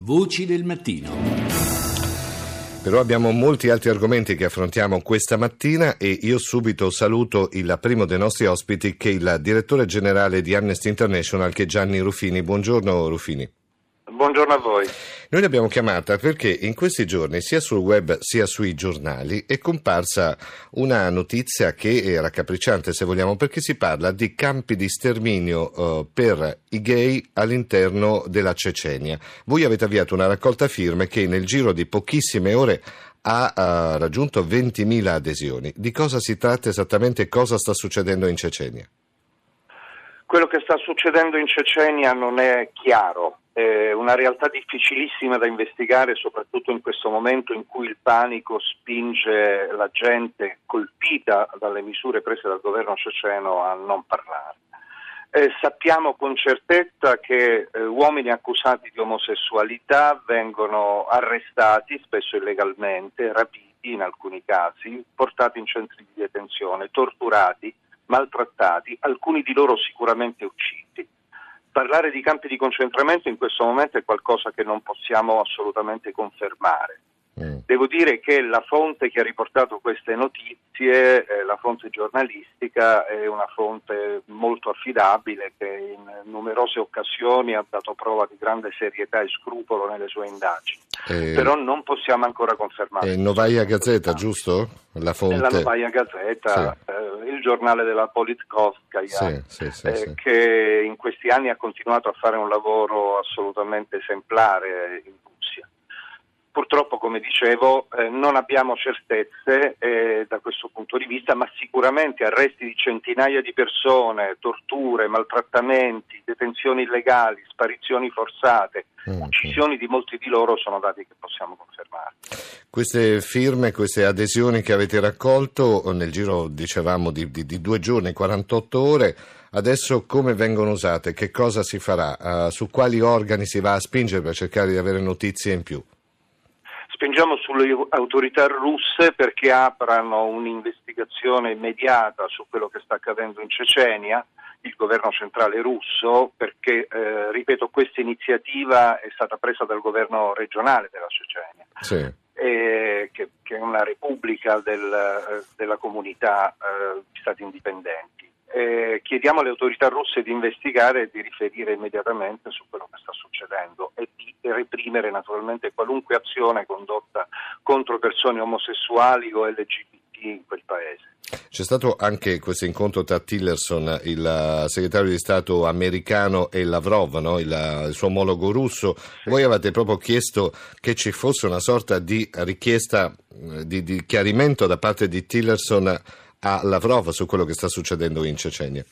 Voci del mattino. Però abbiamo molti altri argomenti che affrontiamo questa mattina e io subito saluto il primo dei nostri ospiti, che è il direttore generale di Amnesty International, che è Gianni Rufini. Buongiorno Rufini. Buongiorno a voi. Noi l'abbiamo chiamata perché in questi giorni, sia sul web sia sui giornali, è comparsa una notizia che è raccapricciante, se vogliamo, perché si parla di campi di sterminio per i gay all'interno della Cecenia. Voi avete avviato una raccolta firme che nel giro di pochissime ore ha raggiunto 20.000 adesioni. Di cosa si tratta esattamente e cosa sta succedendo in Cecenia? Quello che sta succedendo in Cecenia non è chiaro. È una realtà difficilissima da investigare, soprattutto in questo momento in cui il panico spinge la gente colpita dalle misure prese dal governo ceceno a non parlare. Sappiamo con certezza che uomini accusati di omosessualità vengono arrestati, spesso illegalmente, rapiti in alcuni casi, portati in centri di detenzione, torturati, maltrattati, alcuni di loro sicuramente uccisi. Parlare di campi di concentramento in questo momento è qualcosa che non possiamo assolutamente confermare. Devo dire che la fonte che ha riportato queste notizie, la fonte giornalistica, è una fonte molto affidabile che in numerose occasioni ha dato prova di grande serietà e scrupolo nelle sue indagini. Però non possiamo ancora confermare. Novaja Gazeta, giusto? La fonte. La Novaja Gazeta, sì. Il giornale della Politkovskaya, sì. che in questi anni ha continuato a fare un lavoro assolutamente esemplare in Russia. Purtroppo, come dicevo, non abbiamo certezze da questo punto di vista, ma sicuramente arresti di centinaia di persone, torture, maltrattamenti, detenzioni illegali, sparizioni forzate, uccisioni di molti di loro sono dati che possiamo confermare. Queste firme, queste adesioni che avete raccolto nel giro, dicevamo, di 2 giorni, 48 ore, adesso come vengono usate? Che cosa si farà? Su quali organi si va a spingere per cercare di avere notizie in più? Spingiamo sulle autorità russe perché aprano un'investigazione immediata su quello che sta accadendo in Cecenia, il governo centrale russo, perché, ripeto, questa iniziativa è stata presa dal governo regionale della Cecenia, sì. Che è una repubblica della comunità di stati indipendenti. Chiediamo alle autorità russe di investigare e di riferire immediatamente su quello che sta succedendo e di reprimere naturalmente qualunque azione condotta contro persone omosessuali o LGBT in quel paese. C'è stato anche questo incontro tra Tillerson, il segretario di Stato americano, e Lavrov, no? il suo omologo russo. Sì. Voi avete proprio chiesto che ci fosse una sorta di richiesta di chiarimento da parte di Tillerson a Lavrov su quello che sta succedendo in Cecenia.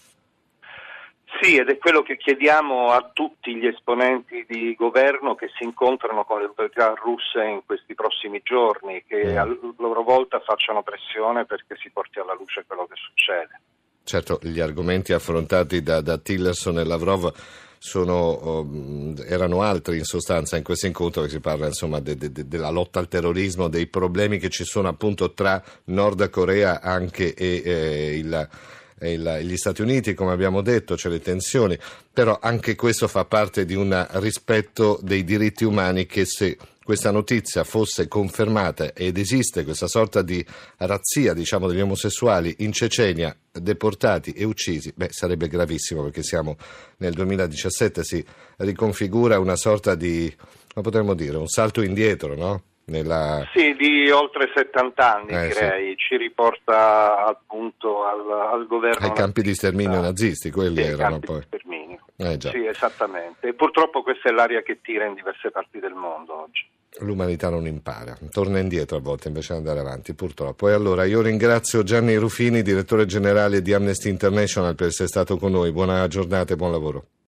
Sì, ed è quello che chiediamo a tutti gli esponenti di governo che si incontrano con le autorità russe in questi prossimi giorni, che a loro volta facciano pressione perché si porti alla luce quello che succede. Certo, gli argomenti affrontati da Tillerson e Lavrov erano altri in sostanza in questo incontro, che si parla insomma della lotta al terrorismo, dei problemi che ci sono appunto tra Nord Corea anche e gli Stati Uniti, come abbiamo detto, c'è le tensioni, però anche questo fa parte di un rispetto dei diritti umani che, se questa notizia fosse confermata ed esiste questa sorta di razzia, diciamo, degli omosessuali in Cecenia, deportati e uccisi, sarebbe gravissimo, perché siamo nel 2017, si riconfigura una sorta di, come potremmo dire, un salto indietro, no? Sì, di oltre 70 anni direi, sì. Ci riporta appunto al governo. Ai campi di sterminio nazisti, quelli erano poi. Di sterminio. Già. Sì, esattamente. E purtroppo questa è l'aria che tira in diverse parti del mondo oggi. L'umanità non impara, torna indietro a volte invece di andare avanti, purtroppo. E allora io ringrazio Gianni Rufini, direttore generale di Amnesty International, per essere stato con noi. Buona giornata e buon lavoro.